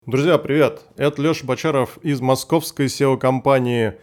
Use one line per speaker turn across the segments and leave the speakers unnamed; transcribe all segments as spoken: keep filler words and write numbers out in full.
Друзья, привет! Это Леша Бочаров из московской сео-компании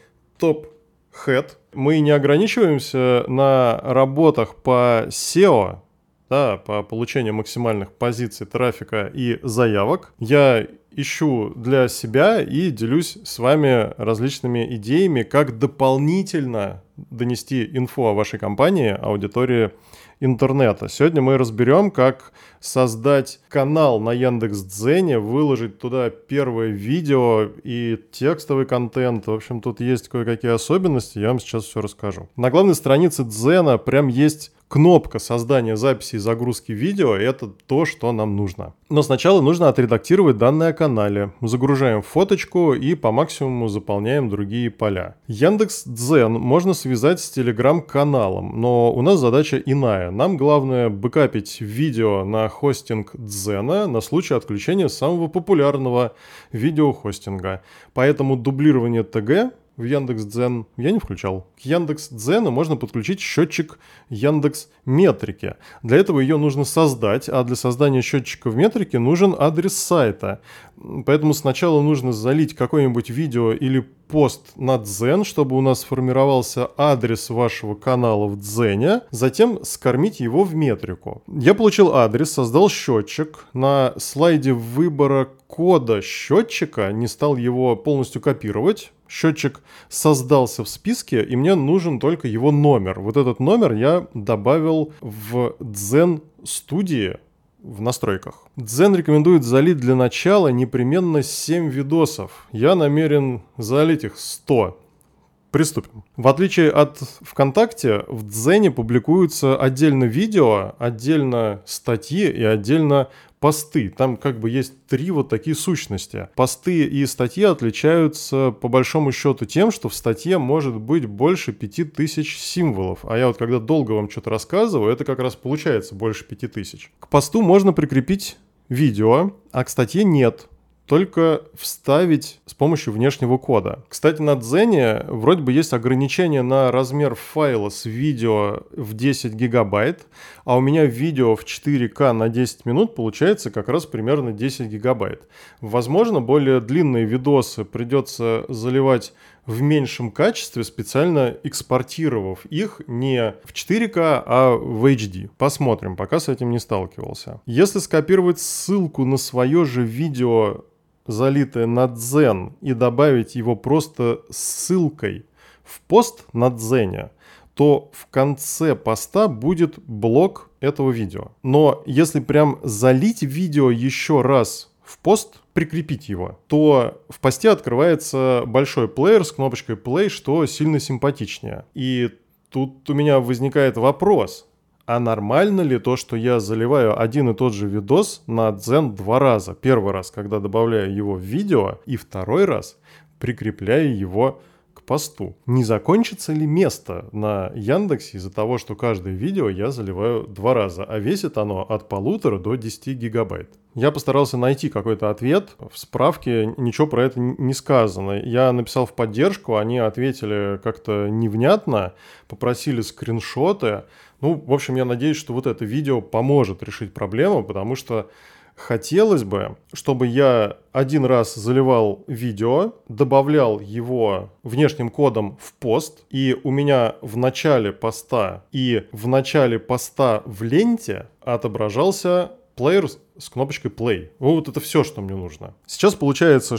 TopHead. Мы не ограничиваемся на работах по сео, да, по получению максимальных позиций трафика и заявок. Я ищу для себя и делюсь с вами различными идеями, как дополнительно донести инфу о вашей компании аудитории интернета. Сегодня мы разберем, как создать канал на Яндекс.Дзене, выложить туда первое видео и текстовый контент. В общем, тут есть кое-какие особенности, я вам сейчас все расскажу. На главной странице Дзена прям есть кнопка создания записи и загрузки видео, и это то, что нам нужно. Но сначала нужно отредактировать данные о канале. Загружаем фоточку и по максимуму заполняем другие поля. Яндекс.Дзен можно связать с Telegram-каналом, но у нас задача иная. Нам главное бэкапить видео на хостинг Дзена на случай отключения самого популярного видеохостинга. Поэтому дублирование ТГ в Яндекс.Дзен я не включал. К Яндекс.Дзену можно подключить счетчик Яндекс.Метрики. Для этого ее нужно создать, а для создания счетчика в метрике нужен адрес сайта. Поэтому сначала нужно залить какое-нибудь видео или пост на Дзен, чтобы у нас сформировался адрес вашего канала в Дзене, затем скормить его в метрику. Я получил адрес, создал счетчик. На слайде выбора кода счетчика не стал его полностью копировать. Счетчик создался в списке, и мне нужен только его номер. Вот этот номер я добавил в Дзен студии в настройках. Дзен рекомендует залить для начала непременно семь видосов. Я намерен залить их сто. Приступим. В отличие от ВКонтакте, в Дзене публикуются отдельно видео, отдельно статьи и отдельно посты. Там как бы есть три вот такие сущности. Посты и статьи отличаются по большому счету тем, что в статье может быть больше пяти тысяч символов. А я вот когда долго вам что-то рассказываю, это как раз получается больше пяти тысяч. К посту можно прикрепить видео, а к статье нет. Только вставить с помощью внешнего кода. Кстати, на Дзене вроде бы есть ограничение на размер файла с видео в десять гигабайт, а у меня видео в четыре ка на десять минут получается как раз примерно десять гигабайт. Возможно, более длинные видосы придется заливать в меньшем качестве, специально экспортировав их не в четыре ка, а в эйч ди. Посмотрим, пока с этим не сталкивался. Если скопировать ссылку на свое же видео, залитое на Дзен, и добавить его просто ссылкой в пост на Дзене, то в конце поста будет блок этого видео. Но если прям залить видео еще раз в пост, прикрепить его, то в посте открывается большой плеер с кнопочкой play, что сильно симпатичнее. И тут у меня возникает вопрос. А нормально ли то, что я заливаю один и тот же видос на Дзен два раза? Первый раз, когда добавляю его в видео, и второй раз прикрепляю его к посту. Не закончится ли место на Яндексе из-за того, что каждое видео я заливаю два раза, а весит оно от полутора до десяти гигабайт? Я постарался найти какой-то ответ. В справке ничего про это не сказано. Я написал в поддержку, они ответили как-то невнятно, попросили скриншоты. Ну, в общем, я надеюсь, что вот это видео поможет решить проблему, потому что хотелось бы, чтобы я один раз заливал видео, добавлял его внешним кодом в пост, и у меня в начале поста и в начале поста в ленте отображался плеер с кнопочкой play. Вот это все, что мне нужно. Сейчас получается,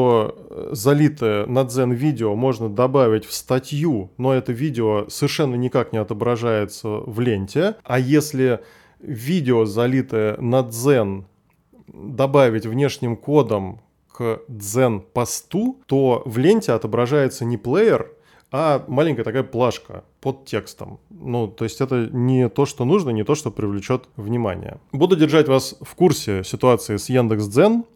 что залитое на Дзен видео можно добавить в статью, но это видео совершенно никак не отображается в ленте. А если видео, залитое на Дзен, добавить внешним кодом к Дзен посту, то в ленте отображается не плеер, а маленькая такая плашка под текстом. Ну, то есть это не то, что нужно, не то, что привлечет внимание. Буду держать вас в курсе ситуации с Яндекс.Дзен.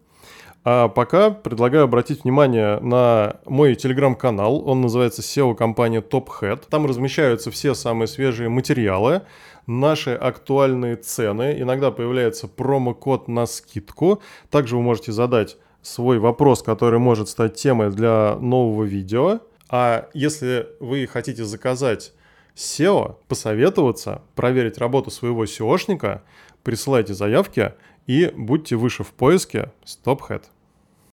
А пока предлагаю обратить внимание на мой телеграм-канал. Он называется сео-компания TopHead. Там размещаются все самые свежие материалы, наши актуальные цены. Иногда появляется промокод на скидку. Также вы можете задать свой вопрос, который может стать темой для нового видео. А если вы хотите заказать сео, посоветоваться, проверить работу своего сеошника, присылайте заявки и будьте выше в поиске с TopHead.